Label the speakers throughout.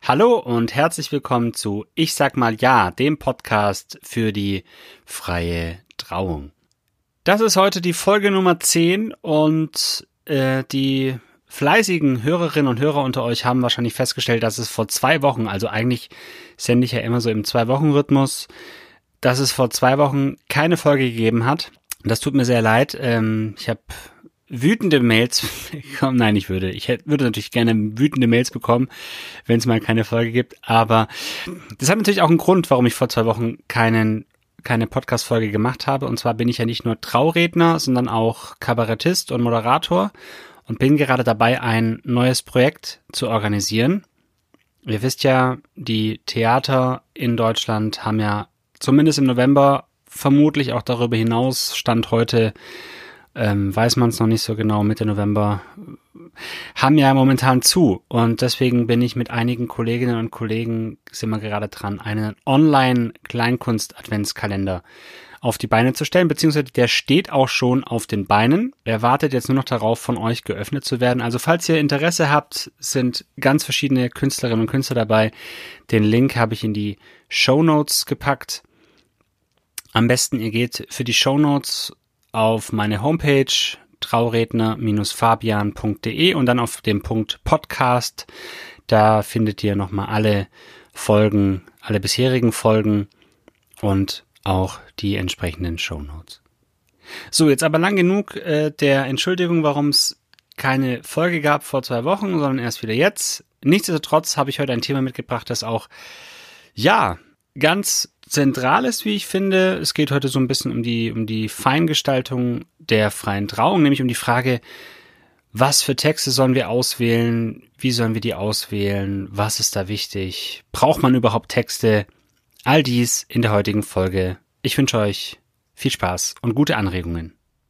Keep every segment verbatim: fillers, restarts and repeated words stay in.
Speaker 1: Hallo und herzlich willkommen zu Ich sag mal ja, dem Podcast für die freie Trauung. Das ist heute die Folge Nummer zehn und äh, die fleißigen Hörerinnen und Hörer unter euch haben wahrscheinlich festgestellt, dass es vor zwei Wochen, also eigentlich sende ich ja immer so im Zwei-Wochen-Rhythmus, dass es vor zwei Wochen keine Folge gegeben hat. Das tut mir sehr leid. Ähm, ich habe wütende Mails bekommen. Nein, ich würde. Ich hätte, würde natürlich gerne wütende Mails bekommen, wenn es mal keine Folge gibt. Aber das hat natürlich auch einen Grund, warum ich vor zwei Wochen keinen, keine Podcast-Folge gemacht habe. Und zwar bin ich ja nicht nur Trauredner, sondern auch Kabarettist und Moderator und bin gerade dabei, ein neues Projekt zu organisieren. Ihr wisst ja, die Theater in Deutschland haben ja zumindest im November, vermutlich auch darüber hinaus, Stand heute, Ähm, weiß man es noch nicht so genau, Mitte November, haben ja momentan zu. Und deswegen bin ich mit einigen Kolleginnen und Kollegen, sind wir gerade dran, einen Online-Kleinkunst-Adventskalender auf die Beine zu stellen, beziehungsweise der steht auch schon auf den Beinen. Er wartet jetzt nur noch darauf, von euch geöffnet zu werden. Also falls ihr Interesse habt, sind ganz verschiedene Künstlerinnen und Künstler dabei. Den Link habe ich in die Shownotes gepackt. Am besten, ihr geht für die Shownotes auf meine Homepage trauredner fabian punkt de und dann auf dem Punkt Podcast. Da findet ihr nochmal alle Folgen, alle bisherigen Folgen und auch die entsprechenden Shownotes. So, jetzt aber lang genug äh, der Entschuldigung, warum es keine Folge gab vor zwei Wochen, sondern erst wieder jetzt. Nichtsdestotrotz habe ich heute ein Thema mitgebracht, das auch, ja, ganz zentral ist, wie ich finde. Es geht heute so ein bisschen um die, um die Feingestaltung der freien Trauung, nämlich um die Frage, was für Texte sollen wir auswählen? Wie sollen wir die auswählen? Was ist da wichtig? Braucht man überhaupt Texte? All dies in der heutigen Folge. Ich wünsche euch viel Spaß und gute Anregungen.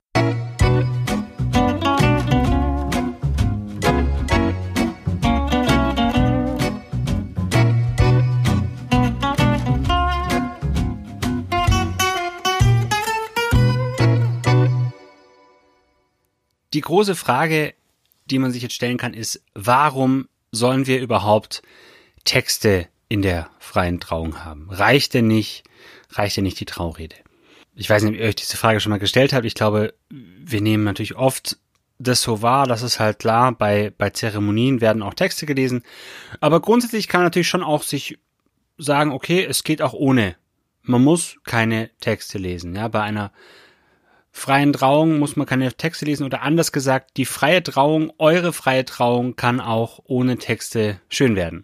Speaker 1: Die große Frage, die man sich jetzt stellen kann, ist, warum sollen wir überhaupt Texte in der freien Trauung haben? Reicht denn nicht, reicht denn nicht die Traurede? Ich weiß nicht, ob ihr euch diese Frage schon mal gestellt habt. Ich glaube, wir nehmen natürlich oft das so wahr, das ist halt klar, bei, bei Zeremonien werden auch Texte gelesen. Aber grundsätzlich kann man natürlich schon auch sich sagen, okay, es geht auch ohne. Man muss keine Texte lesen. Ja, bei einer freien Trauung muss man keine Texte lesen oder anders gesagt, die freie Trauung, eure freie Trauung kann auch ohne Texte schön werden.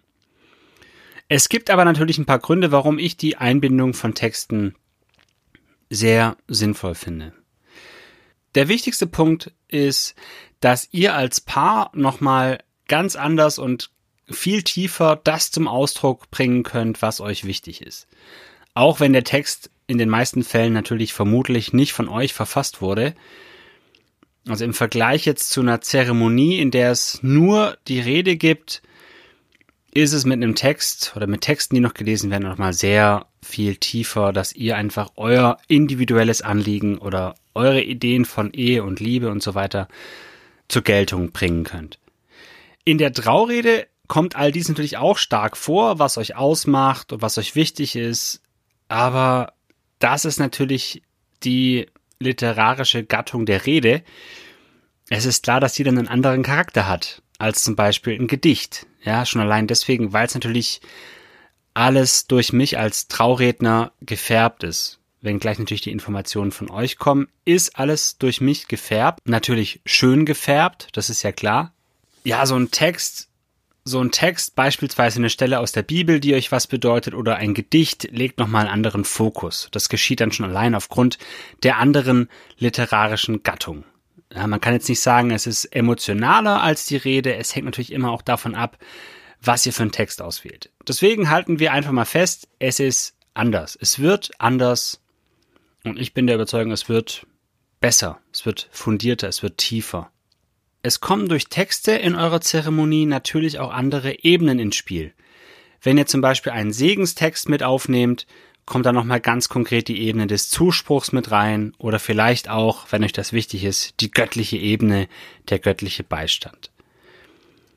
Speaker 1: Es gibt aber natürlich ein paar Gründe, warum ich die Einbindung von Texten sehr sinnvoll finde. Der wichtigste Punkt ist, dass ihr als Paar nochmal ganz anders und viel tiefer das zum Ausdruck bringen könnt, was euch wichtig ist. Auch wenn der Text in den meisten Fällen natürlich vermutlich nicht von euch verfasst wurde. Also im Vergleich jetzt zu einer Zeremonie, in der es nur die Rede gibt, ist es mit einem Text oder mit Texten, die noch gelesen werden, nochmal sehr viel tiefer, dass ihr einfach euer individuelles Anliegen oder eure Ideen von Ehe und Liebe und so weiter zur Geltung bringen könnt. In der Traurede kommt all dies natürlich auch stark vor, was euch ausmacht und was euch wichtig ist, aber das ist natürlich die literarische Gattung der Rede. Es ist klar, dass die dann einen anderen Charakter hat, als zum Beispiel ein Gedicht. Ja, schon allein deswegen, weil es natürlich alles durch mich als Trauredner gefärbt ist. Wenn gleich natürlich die Informationen von euch kommen, ist alles durch mich gefärbt. Natürlich schön gefärbt, das ist ja klar. Ja, so ein Text... So ein Text, beispielsweise eine Stelle aus der Bibel, die euch was bedeutet, oder ein Gedicht, legt nochmal einen anderen Fokus. Das geschieht dann schon allein aufgrund der anderen literarischen Gattung. Ja, man kann jetzt nicht sagen, es ist emotionaler als die Rede. Es hängt natürlich immer auch davon ab, was ihr für einen Text auswählt. Deswegen halten wir einfach mal fest, es ist anders. Es wird anders und ich bin der Überzeugung, es wird besser, es wird fundierter, es wird tiefer. Es kommen durch Texte in eurer Zeremonie natürlich auch andere Ebenen ins Spiel. Wenn ihr zum Beispiel einen Segenstext mit aufnehmt, kommt da nochmal ganz konkret die Ebene des Zuspruchs mit rein oder vielleicht auch, wenn euch das wichtig ist, die göttliche Ebene, der göttliche Beistand.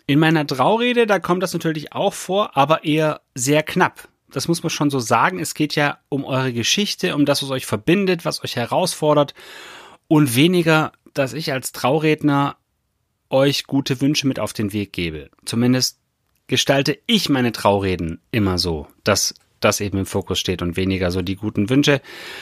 Speaker 1: In meiner Traurede, da kommt das natürlich auch vor, aber eher sehr knapp. Das muss man schon so sagen. Es geht ja um eure Geschichte, um das, was euch verbindet, was euch herausfordert und weniger, dass ich als Trauredner euch gute Wünsche mit auf den Weg gebe. Zumindest gestalte ich meine Traureden immer so, dass das eben im Fokus steht und weniger so die guten Wünsche.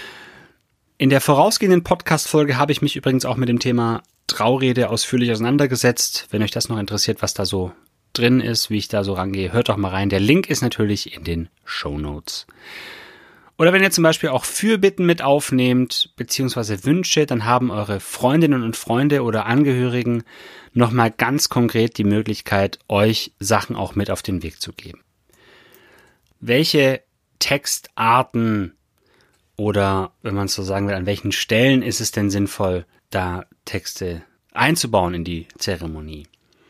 Speaker 1: In der vorausgehenden Podcast-Folge habe ich mich übrigens auch mit dem Thema Traurede ausführlich auseinandergesetzt. Wenn euch das noch interessiert, was da so drin ist, wie ich da so rangehe, hört doch mal rein. Der Link ist natürlich in den Shownotes. Oder wenn ihr zum Beispiel auch Fürbitten mit aufnehmt, beziehungsweise Wünsche, dann haben eure Freundinnen und Freunde oder Angehörigen nochmal ganz konkret die Möglichkeit, euch Sachen auch mit auf den Weg zu geben. Welche Textarten oder, wenn man es so sagen will, an welchen Stellen ist es denn sinnvoll, da Texte einzubauen in die Zeremonie?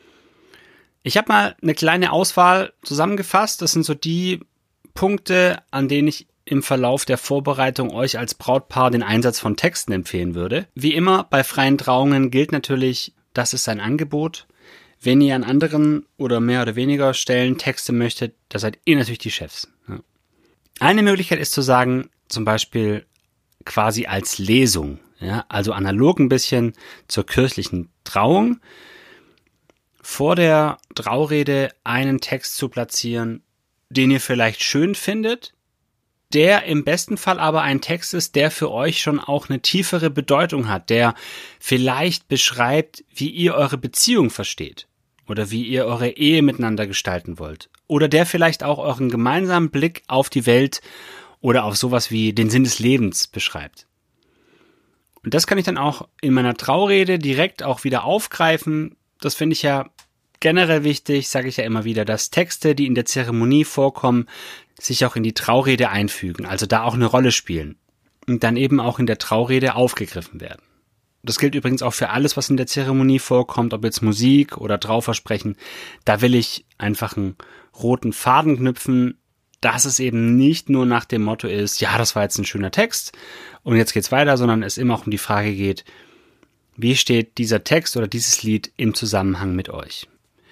Speaker 1: Ich habe mal eine kleine Auswahl zusammengefasst. Das sind so die Punkte, an denen ich im Verlauf der Vorbereitung euch als Brautpaar den Einsatz von Texten empfehlen würde. Wie immer bei freien Trauungen gilt natürlich, das ist ein Angebot. Wenn ihr an anderen oder mehr oder weniger Stellen Texte möchtet, da seid ihr natürlich die Chefs. Ja. Eine Möglichkeit ist zu sagen, zum Beispiel quasi als Lesung, ja, also analog ein bisschen zur kirchlichen Trauung, vor der Traurede einen Text zu platzieren, den ihr vielleicht schön findet, der im besten Fall aber ein Text ist, der für euch schon auch eine tiefere Bedeutung hat, der vielleicht beschreibt, wie ihr eure Beziehung versteht oder wie ihr eure Ehe miteinander gestalten wollt oder der vielleicht auch euren gemeinsamen Blick auf die Welt oder auf sowas wie den Sinn des Lebens beschreibt. Und das kann ich dann auch in meiner Traurede direkt auch wieder aufgreifen. Das finde ich ja generell wichtig, sage ich ja immer wieder, dass Texte, die in der Zeremonie vorkommen, sich auch in die Traurede einfügen, also da auch eine Rolle spielen und dann eben auch in der Traurede aufgegriffen werden. Das gilt übrigens auch für alles, was in der Zeremonie vorkommt, ob jetzt Musik oder Trauversprechen. Da will ich einfach einen roten Faden knüpfen, dass es eben nicht nur nach dem Motto ist, ja, das war jetzt ein schöner Text und jetzt geht's weiter, sondern es immer auch um die Frage geht, wie steht dieser Text oder dieses Lied im Zusammenhang mit euch?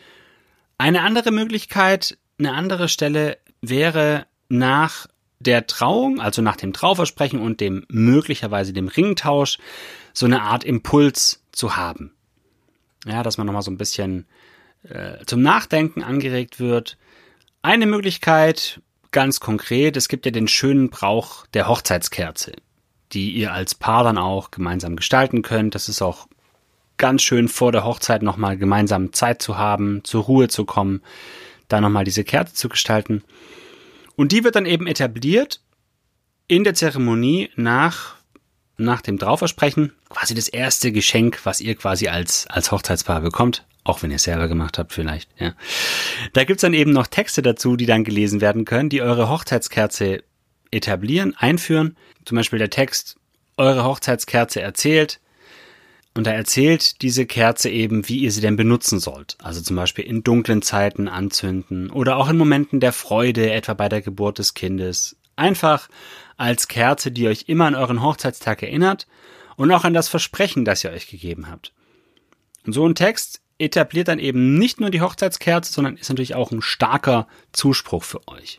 Speaker 1: Eine andere Möglichkeit, eine andere Stelle wäre nach der Trauung, also nach dem Trauversprechen und dem möglicherweise dem Ringtausch, so eine Art Impuls zu haben. Ja, dass man nochmal so ein bisschen äh, zum Nachdenken angeregt wird. Eine Möglichkeit, ganz konkret, es gibt ja den schönen Brauch der Hochzeitskerze, die ihr als Paar dann auch gemeinsam gestalten könnt. Das ist auch ganz schön vor der Hochzeit nochmal gemeinsam Zeit zu haben, zur Ruhe zu kommen, da nochmal diese Kerze zu gestalten. Und die wird dann eben etabliert in der Zeremonie nach, nach dem Trauversprechen. Quasi das erste Geschenk, was ihr quasi als, als Hochzeitspaar bekommt. Auch wenn ihr es selber gemacht habt vielleicht. Ja. Da gibt's dann eben noch Texte dazu, die dann gelesen werden können, die eure Hochzeitskerze etablieren, einführen. Zum Beispiel der Text, eure Hochzeitskerze erzählt. Und da erzählt diese Kerze eben, wie ihr sie denn benutzen sollt. Also zum Beispiel in dunklen Zeiten anzünden oder auch in Momenten der Freude, etwa bei der Geburt des Kindes. Einfach als Kerze, die euch immer an euren Hochzeitstag erinnert und auch an das Versprechen, das ihr euch gegeben habt. Und so ein Text etabliert dann eben nicht nur die Hochzeitskerze, sondern ist natürlich auch ein starker Zuspruch für euch.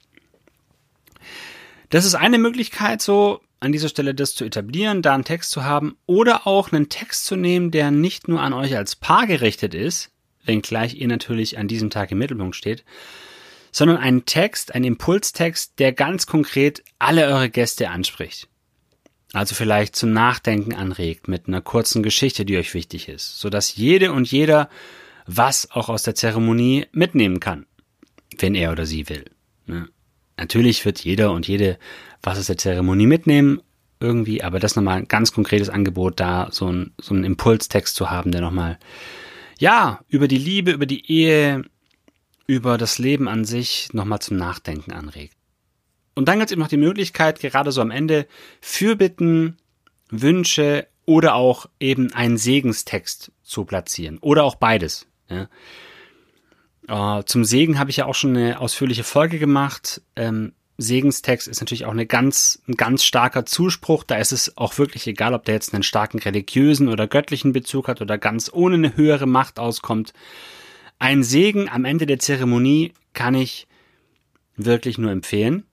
Speaker 1: Das ist eine Möglichkeit, so an dieser Stelle das zu etablieren, da einen Text zu haben oder auch einen Text zu nehmen, der nicht nur an euch als Paar gerichtet ist, wenngleich ihr natürlich an diesem Tag im Mittelpunkt steht, sondern einen Text, einen Impulstext, der ganz konkret alle eure Gäste anspricht. Also vielleicht zum Nachdenken anregt mit einer kurzen Geschichte, die euch wichtig ist, sodass jede und jeder was auch aus der Zeremonie mitnehmen kann, wenn er oder sie will. Ne? Natürlich wird jeder und jede was aus der Zeremonie mitnehmen, irgendwie, aber das ist nochmal ein ganz konkretes Angebot, da so ein, so einen Impulstext zu haben, der nochmal, ja, über die Liebe, über die Ehe, über das Leben an sich nochmal zum Nachdenken anregt. Und dann gibt es eben noch die Möglichkeit, gerade so am Ende, Fürbitten, Wünsche oder auch eben einen Segenstext zu platzieren. Oder auch beides. Ja. Äh, zum Segen habe ich ja auch schon eine ausführliche Folge gemacht. Ähm, Segenstext ist natürlich auch eine ganz, ein ganz starker Zuspruch. Da ist es auch wirklich egal, ob der jetzt einen starken religiösen oder göttlichen Bezug hat oder ganz ohne eine höhere Macht auskommt. Ein Segen am Ende der Zeremonie kann ich wirklich nur empfehlen.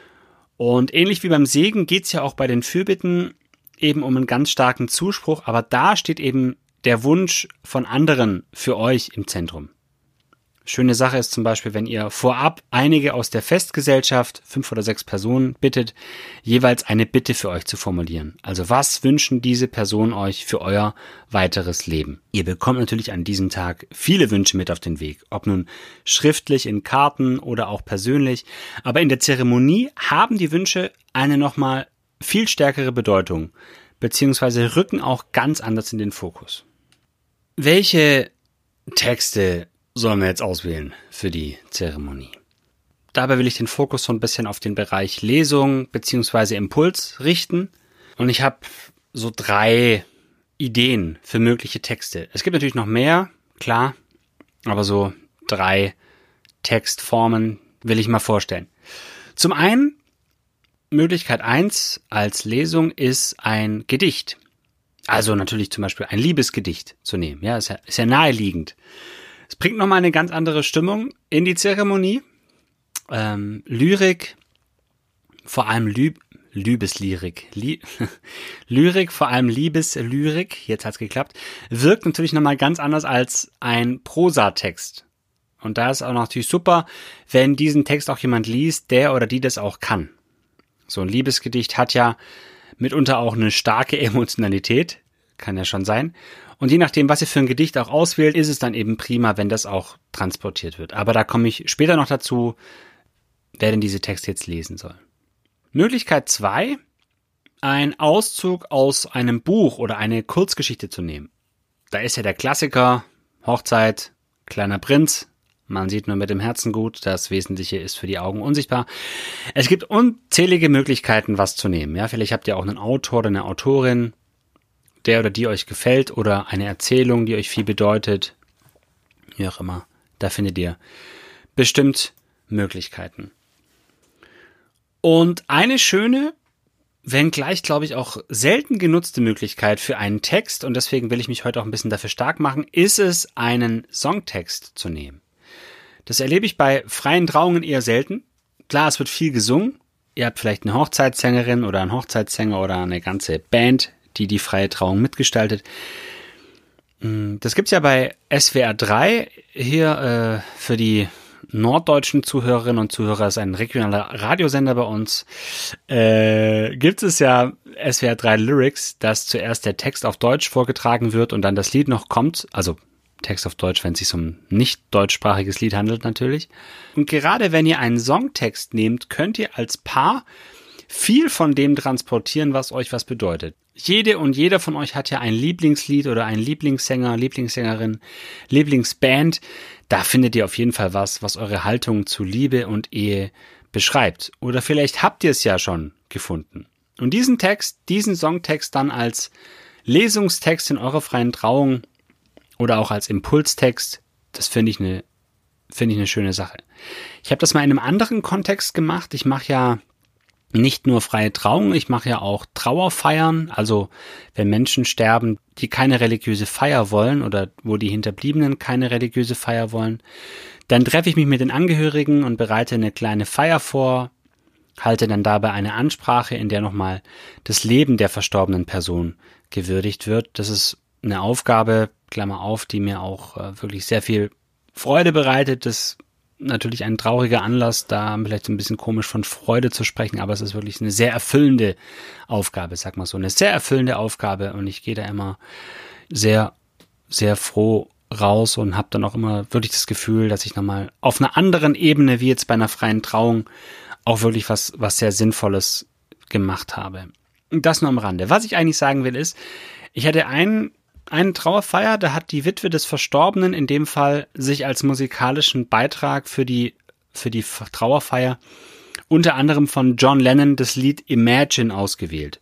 Speaker 1: Und ähnlich wie beim Segen geht es ja auch bei den Fürbitten eben um einen ganz starken Zuspruch, aber da steht eben der Wunsch von anderen für euch im Zentrum. Schöne Sache ist zum Beispiel, wenn ihr vorab einige aus der Festgesellschaft, fünf oder sechs Personen, bittet, jeweils eine Bitte für euch zu formulieren. Also was wünschen diese Personen euch für euer weiteres Leben? Ihr bekommt natürlich an diesem Tag viele Wünsche mit auf den Weg, ob nun schriftlich in Karten oder auch persönlich. Aber in der Zeremonie haben die Wünsche eine nochmal viel stärkere Bedeutung, beziehungsweise rücken auch ganz anders in den Fokus. Welche Texte sollen wir jetzt auswählen für die Zeremonie? Dabei will ich den Fokus so ein bisschen auf den Bereich Lesung bzw. Impuls richten. Und ich habe so drei Ideen für mögliche Texte. Es gibt natürlich noch mehr, klar, aber so drei Textformen will ich mal vorstellen. Zum einen, Möglichkeit eins als Lesung ist ein Gedicht. Also natürlich zum Beispiel ein Liebesgedicht zu nehmen. Ja, ist ja, ist ja naheliegend. Es bringt nochmal eine ganz andere Stimmung in die Zeremonie. Ähm, Lyrik, vor allem Lü- Liebeslyrik, Ly- Lyrik, vor allem Liebeslyrik, jetzt hat's geklappt, wirkt natürlich nochmal ganz anders als ein Prosatext. Und da ist auch natürlich super, wenn diesen Text auch jemand liest, der oder die das auch kann. So ein Liebesgedicht hat ja mitunter auch eine starke Emotionalität, kann ja schon sein. Und je nachdem, was ihr für ein Gedicht auch auswählt, ist es dann eben prima, wenn das auch transportiert wird. Aber da komme ich später noch dazu, wer denn diese Texte jetzt lesen soll. Möglichkeit zwei, ein Auszug aus einem Buch oder eine Kurzgeschichte zu nehmen. Da ist ja der Klassiker, Hochzeit, kleiner Prinz, man sieht nur mit dem Herzen gut, das Wesentliche ist für die Augen unsichtbar. Es gibt unzählige Möglichkeiten, was zu nehmen. Ja, vielleicht habt ihr auch einen Autor oder eine Autorin, der oder die euch gefällt oder eine Erzählung, die euch viel bedeutet. Wie auch immer. Da findet ihr bestimmt Möglichkeiten. Und eine schöne, wenngleich, glaube ich, auch selten genutzte Möglichkeit für einen Text, und deswegen will ich mich heute auch ein bisschen dafür stark machen, ist es, einen Songtext zu nehmen. Das erlebe ich bei freien Trauungen eher selten. Klar, es wird viel gesungen. Ihr habt vielleicht eine Hochzeitssängerin oder einen Hochzeitssänger oder eine ganze Band, die die freie Trauung mitgestaltet. Das gibt's ja bei S W R drei. Hier äh, für die norddeutschen Zuhörerinnen und Zuhörer ist ein regionaler Radiosender bei uns. Äh, gibt es ja S W R drei Lyrics, dass zuerst der Text auf Deutsch vorgetragen wird und dann das Lied noch kommt. Also Text auf Deutsch, wenn es sich um ein nicht deutschsprachiges Lied handelt natürlich. Und gerade wenn ihr einen Songtext nehmt, könnt ihr als Paar viel von dem transportieren, was euch was bedeutet. Jede und jeder von euch hat ja ein Lieblingslied oder einen Lieblingssänger, Lieblingssängerin, Lieblingsband. Da findet ihr auf jeden Fall was, was eure Haltung zu Liebe und Ehe beschreibt. Oder vielleicht habt ihr es ja schon gefunden. Und diesen Text, diesen Songtext dann als Lesungstext in eurer freien Trauung oder auch als Impulstext, das finde ich eine, finde ich eine schöne Sache. Ich habe das mal in einem anderen Kontext gemacht. Ich mache ja nicht nur freie Trauung, ich mache ja auch Trauerfeiern, also wenn Menschen sterben, die keine religiöse Feier wollen oder wo die Hinterbliebenen keine religiöse Feier wollen, dann treffe ich mich mit den Angehörigen und bereite eine kleine Feier vor, halte dann dabei eine Ansprache, in der nochmal das Leben der verstorbenen Person gewürdigt wird. Das ist eine Aufgabe, Klammer auf, die mir auch äh, wirklich sehr viel Freude bereitet. Das natürlich ein trauriger Anlass, da vielleicht ein bisschen komisch von Freude zu sprechen, aber es ist wirklich eine sehr erfüllende Aufgabe, sag mal so, eine sehr erfüllende Aufgabe und ich gehe da immer sehr, sehr froh raus und habe dann auch immer wirklich das Gefühl, dass ich nochmal auf einer anderen Ebene, wie jetzt bei einer freien Trauung, auch wirklich was, was sehr Sinnvolles gemacht habe. Das nur am Rande. Was ich eigentlich sagen will ist, ich hatte einen Eine Trauerfeier, da hat die Witwe des Verstorbenen in dem Fall sich als musikalischen Beitrag für die, für die Trauerfeier unter anderem von John Lennon das Lied Imagine ausgewählt.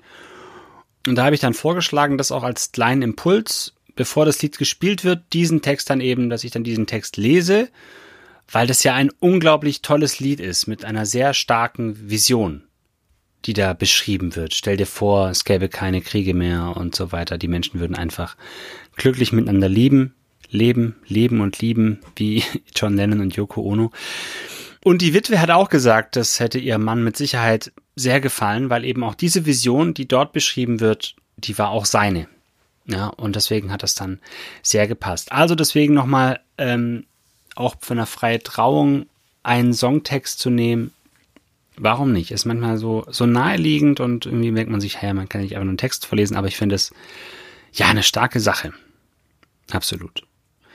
Speaker 1: Und da habe ich dann vorgeschlagen, das auch als kleinen Impuls, bevor das Lied gespielt wird, diesen Text dann eben, dass ich dann diesen Text lese, weil das ja ein unglaublich tolles Lied ist mit einer sehr starken Vision, die da beschrieben wird. Stell dir vor, es gäbe keine Kriege mehr und so weiter. Die Menschen würden einfach glücklich miteinander leben. leben, leben und lieben, wie John Lennon und Yoko Ono. Und die Witwe hat auch gesagt, das hätte ihrem Mann mit Sicherheit sehr gefallen, weil eben auch diese Vision, die dort beschrieben wird, die war auch seine. Ja, und deswegen hat das dann sehr gepasst. Also deswegen nochmal ähm, auch für eine freie Trauung einen Songtext zu nehmen, warum nicht? Ist manchmal so, so naheliegend und irgendwie merkt man sich, hey, man kann nicht einfach nur einen Text vorlesen, aber ich finde es ja eine starke Sache. Absolut.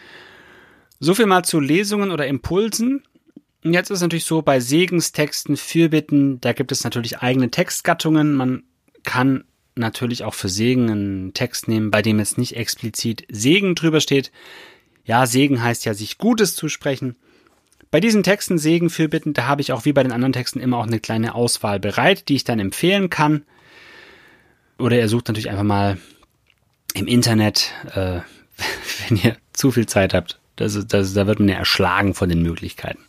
Speaker 1: So viel mal zu Lesungen oder Impulsen. Und jetzt ist es natürlich so, bei Segenstexten, Fürbitten, da gibt es natürlich eigene Textgattungen. Man kann natürlich auch für Segen einen Text nehmen, bei dem jetzt nicht explizit Segen drüber steht. Ja, Segen heißt ja, sich Gutes zusprechen. Bei diesen Texten, Segen, Fürbitten, da habe ich auch wie bei den anderen Texten immer auch eine kleine Auswahl bereit, die ich dann empfehlen kann. Oder ihr sucht natürlich einfach mal im Internet, äh, wenn ihr zu viel Zeit habt. Das ist, das, da wird man ja erschlagen von den Möglichkeiten.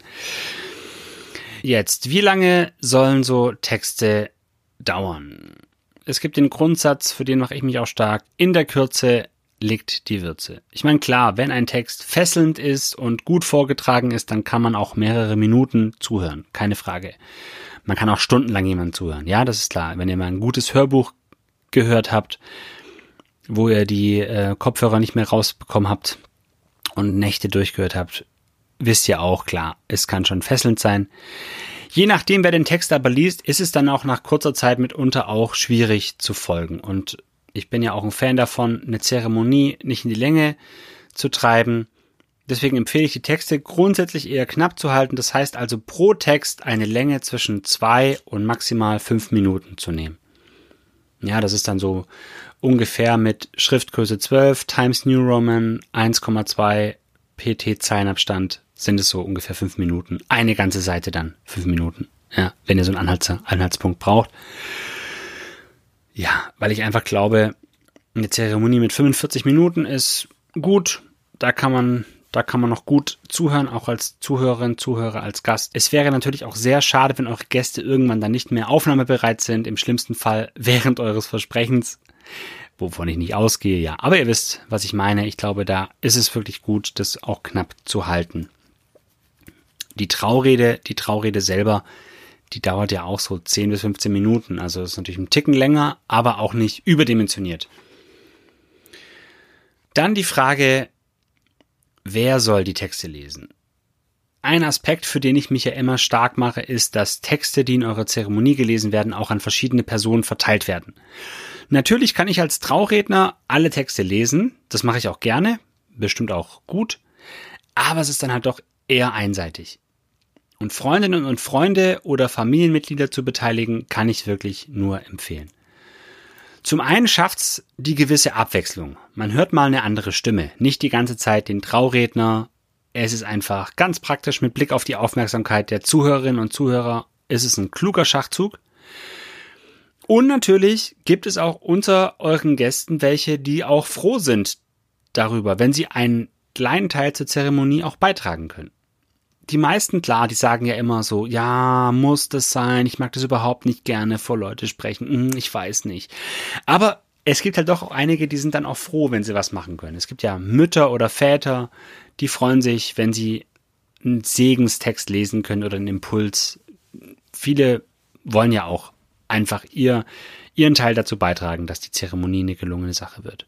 Speaker 1: Jetzt, wie lange sollen so Texte dauern? Es gibt den Grundsatz, für den mache ich mich auch stark, in der Kürze liegt die Würze. Ich meine, klar, wenn ein Text fesselnd ist und gut vorgetragen ist, dann kann man auch mehrere Minuten zuhören, keine Frage. Man kann auch stundenlang jemandem zuhören, ja, das ist klar. Wenn ihr mal ein gutes Hörbuch gehört habt, wo ihr die äh, Kopfhörer nicht mehr rausbekommen habt und Nächte durchgehört habt, wisst ihr auch, klar, es kann schon fesselnd sein. Je nachdem, wer den Text aber liest, ist es dann auch nach kurzer Zeit mitunter auch schwierig zu folgen. Und ich bin ja auch ein Fan davon, eine Zeremonie nicht in die Länge zu treiben. Deswegen empfehle ich die Texte grundsätzlich eher knapp zu halten. Das heißt also pro Text eine Länge zwischen zwei und maximal fünf Minuten zu nehmen. Ja, das ist dann so ungefähr mit Schriftgröße zwölf, Times New Roman, eins Komma zwei P T Zeilenabstand sind es so ungefähr fünf Minuten. Eine ganze Seite dann fünf Minuten. Ja, wenn ihr so einen Anhalts- Anhaltspunkt braucht. Ja, weil ich einfach glaube, eine Zeremonie mit fünfundvierzig Minuten ist gut. Da kann man, da kann man noch gut zuhören, auch als Zuhörerin, Zuhörer, als Gast. Es wäre natürlich auch sehr schade, wenn eure Gäste irgendwann dann nicht mehr aufnahmebereit sind. Im schlimmsten Fall während eures Versprechens, wovon ich nicht ausgehe, ja. Aber ihr wisst, was ich meine. Ich glaube, da ist es wirklich gut, das auch knapp zu halten. Die Traurede, die Traurede selber, die dauert ja auch so zehn bis fünfzehn Minuten. Also ist natürlich ein Ticken länger, aber auch nicht überdimensioniert. Dann die Frage, wer soll die Texte lesen? Ein Aspekt, für den ich mich ja immer stark mache, ist, dass Texte, die in eurer Zeremonie gelesen werden, auch an verschiedene Personen verteilt werden. Natürlich kann ich als Trauredner alle Texte lesen. Das mache ich auch gerne, bestimmt auch gut. Aber es ist dann halt doch eher einseitig. Und Freundinnen und Freunde oder Familienmitglieder zu beteiligen, kann ich wirklich nur empfehlen. Zum einen schafft's die gewisse Abwechslung. Man hört mal eine andere Stimme, nicht die ganze Zeit den Trauredner. Es ist einfach ganz praktisch mit Blick auf die Aufmerksamkeit der Zuhörerinnen und Zuhörer. Ist es ein kluger Schachzug. Und natürlich gibt es auch unter euren Gästen welche, die auch froh sind darüber, wenn sie einen kleinen Teil zur Zeremonie auch beitragen können. Die meisten, klar, die sagen ja immer so, ja, muss das sein, ich mag das überhaupt nicht gerne vor Leute sprechen, hm, ich weiß nicht. Aber es gibt halt doch auch einige, die sind dann auch froh, wenn sie was machen können. Es gibt ja Mütter oder Väter, die freuen sich, wenn sie einen Segenstext lesen können oder einen Impuls. Viele wollen ja auch einfach ihr, ihren Teil dazu beitragen, dass die Zeremonie eine gelungene Sache wird.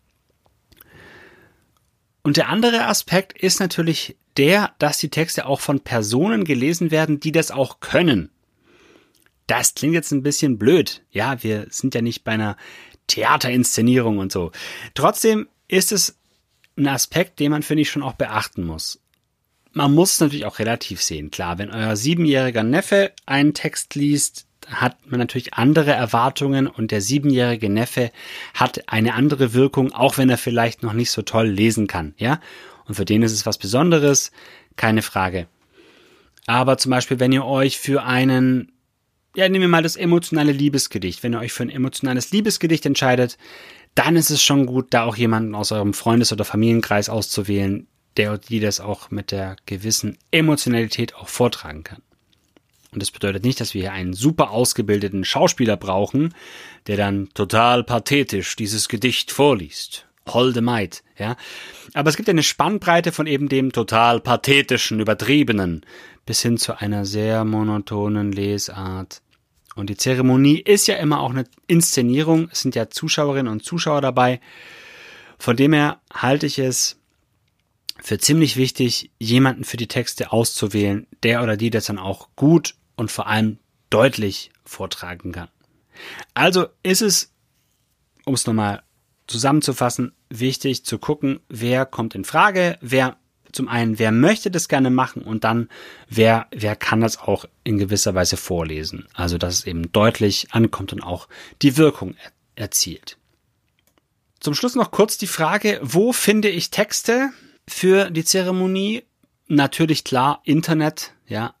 Speaker 1: Und der andere Aspekt ist natürlich der, dass die Texte auch von Personen gelesen werden, die das auch können. Das klingt jetzt ein bisschen blöd. Ja, wir sind ja nicht bei einer Theaterinszenierung und so. Trotzdem ist es ein Aspekt, den man, finde ich, schon auch beachten muss. Man muss es natürlich auch relativ sehen. Klar, wenn euer siebenjähriger Neffe einen Text liest, hat man natürlich andere Erwartungen und der siebenjährige Neffe hat eine andere Wirkung, auch wenn er vielleicht noch nicht so toll lesen kann, ja. Und für den ist es was Besonderes, keine Frage. Aber zum Beispiel, wenn ihr euch für einen, ja, nehmen wir mal das emotionale Liebesgedicht, wenn ihr euch für ein emotionales Liebesgedicht entscheidet, dann ist es schon gut, da auch jemanden aus eurem Freundes- oder Familienkreis auszuwählen, der oder die das auch mit der gewissen Emotionalität auch vortragen kann. Und das bedeutet nicht, dass wir hier einen super ausgebildeten Schauspieler brauchen, der dann total pathetisch dieses Gedicht vorliest. Holde Maid, ja. Aber es gibt eine Spannbreite von eben dem total pathetischen, übertriebenen bis hin zu einer sehr monotonen Lesart. Und die Zeremonie ist ja immer auch eine Inszenierung. Es sind ja Zuschauerinnen und Zuschauer dabei. Von dem her halte ich es für ziemlich wichtig, jemanden für die Texte auszuwählen, der oder die das dann auch gut und vor allem deutlich vortragen kann. Also ist es, um es nochmal zusammenzufassen, wichtig zu gucken, wer kommt in Frage, wer zum einen, wer möchte das gerne machen und dann, wer, wer kann das auch in gewisser Weise vorlesen. Also, dass es eben deutlich ankommt und auch die Wirkung er- erzielt. Zum Schluss noch kurz die Frage, wo finde ich Texte für die Zeremonie? Natürlich klar, Internet, ja,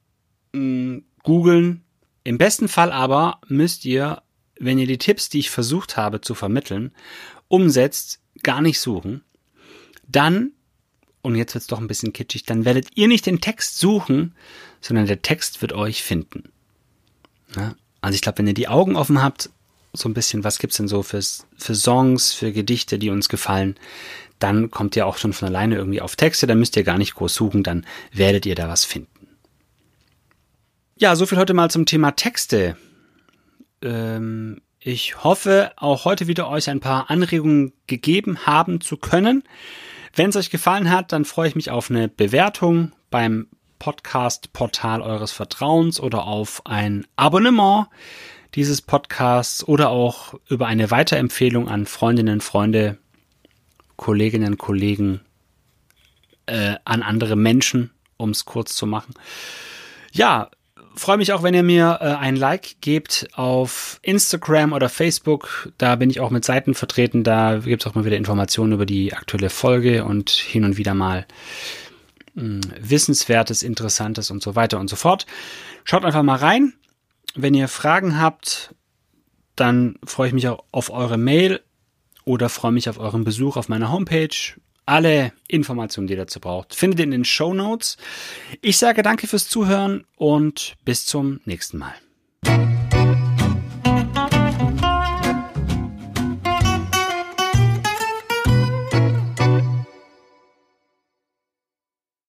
Speaker 1: googeln. Im besten Fall aber müsst ihr, wenn ihr die Tipps, die ich versucht habe zu vermitteln, umsetzt, gar nicht suchen. Dann, und jetzt wird's doch ein bisschen kitschig, dann werdet ihr nicht den Text suchen, sondern der Text wird euch finden. Ja? Also ich glaube, wenn ihr die Augen offen habt, so ein bisschen, was gibt's denn so für, für Songs, für Gedichte, die uns gefallen, dann kommt ihr auch schon von alleine irgendwie auf Texte, dann müsst ihr gar nicht groß suchen, dann werdet ihr da was finden. Ja, so viel heute mal zum Thema Texte. Ähm, ich hoffe, auch heute wieder euch ein paar Anregungen gegeben haben zu können. Wenn es euch gefallen hat, dann freue ich mich auf eine Bewertung beim Podcast-Portal eures Vertrauens oder auf ein Abonnement dieses Podcasts oder auch über eine Weiterempfehlung an Freundinnen, Freunde, Kolleginnen, Kollegen, äh, an andere Menschen, um es kurz zu machen. Ja, freue mich auch, wenn ihr mir äh, ein Like gebt auf Instagram oder Facebook. Da bin ich auch mit Seiten vertreten. Da gibt es auch mal wieder Informationen über die aktuelle Folge und hin und wieder mal mh, Wissenswertes, Interessantes und so weiter und so fort. Schaut einfach mal rein. Wenn ihr Fragen habt, dann freue ich mich auch auf eure Mail oder freue mich auf euren Besuch auf meiner Homepage. Alle Informationen, die ihr dazu braucht, findet ihr in den Shownotes. Ich sage danke fürs Zuhören und bis zum nächsten Mal.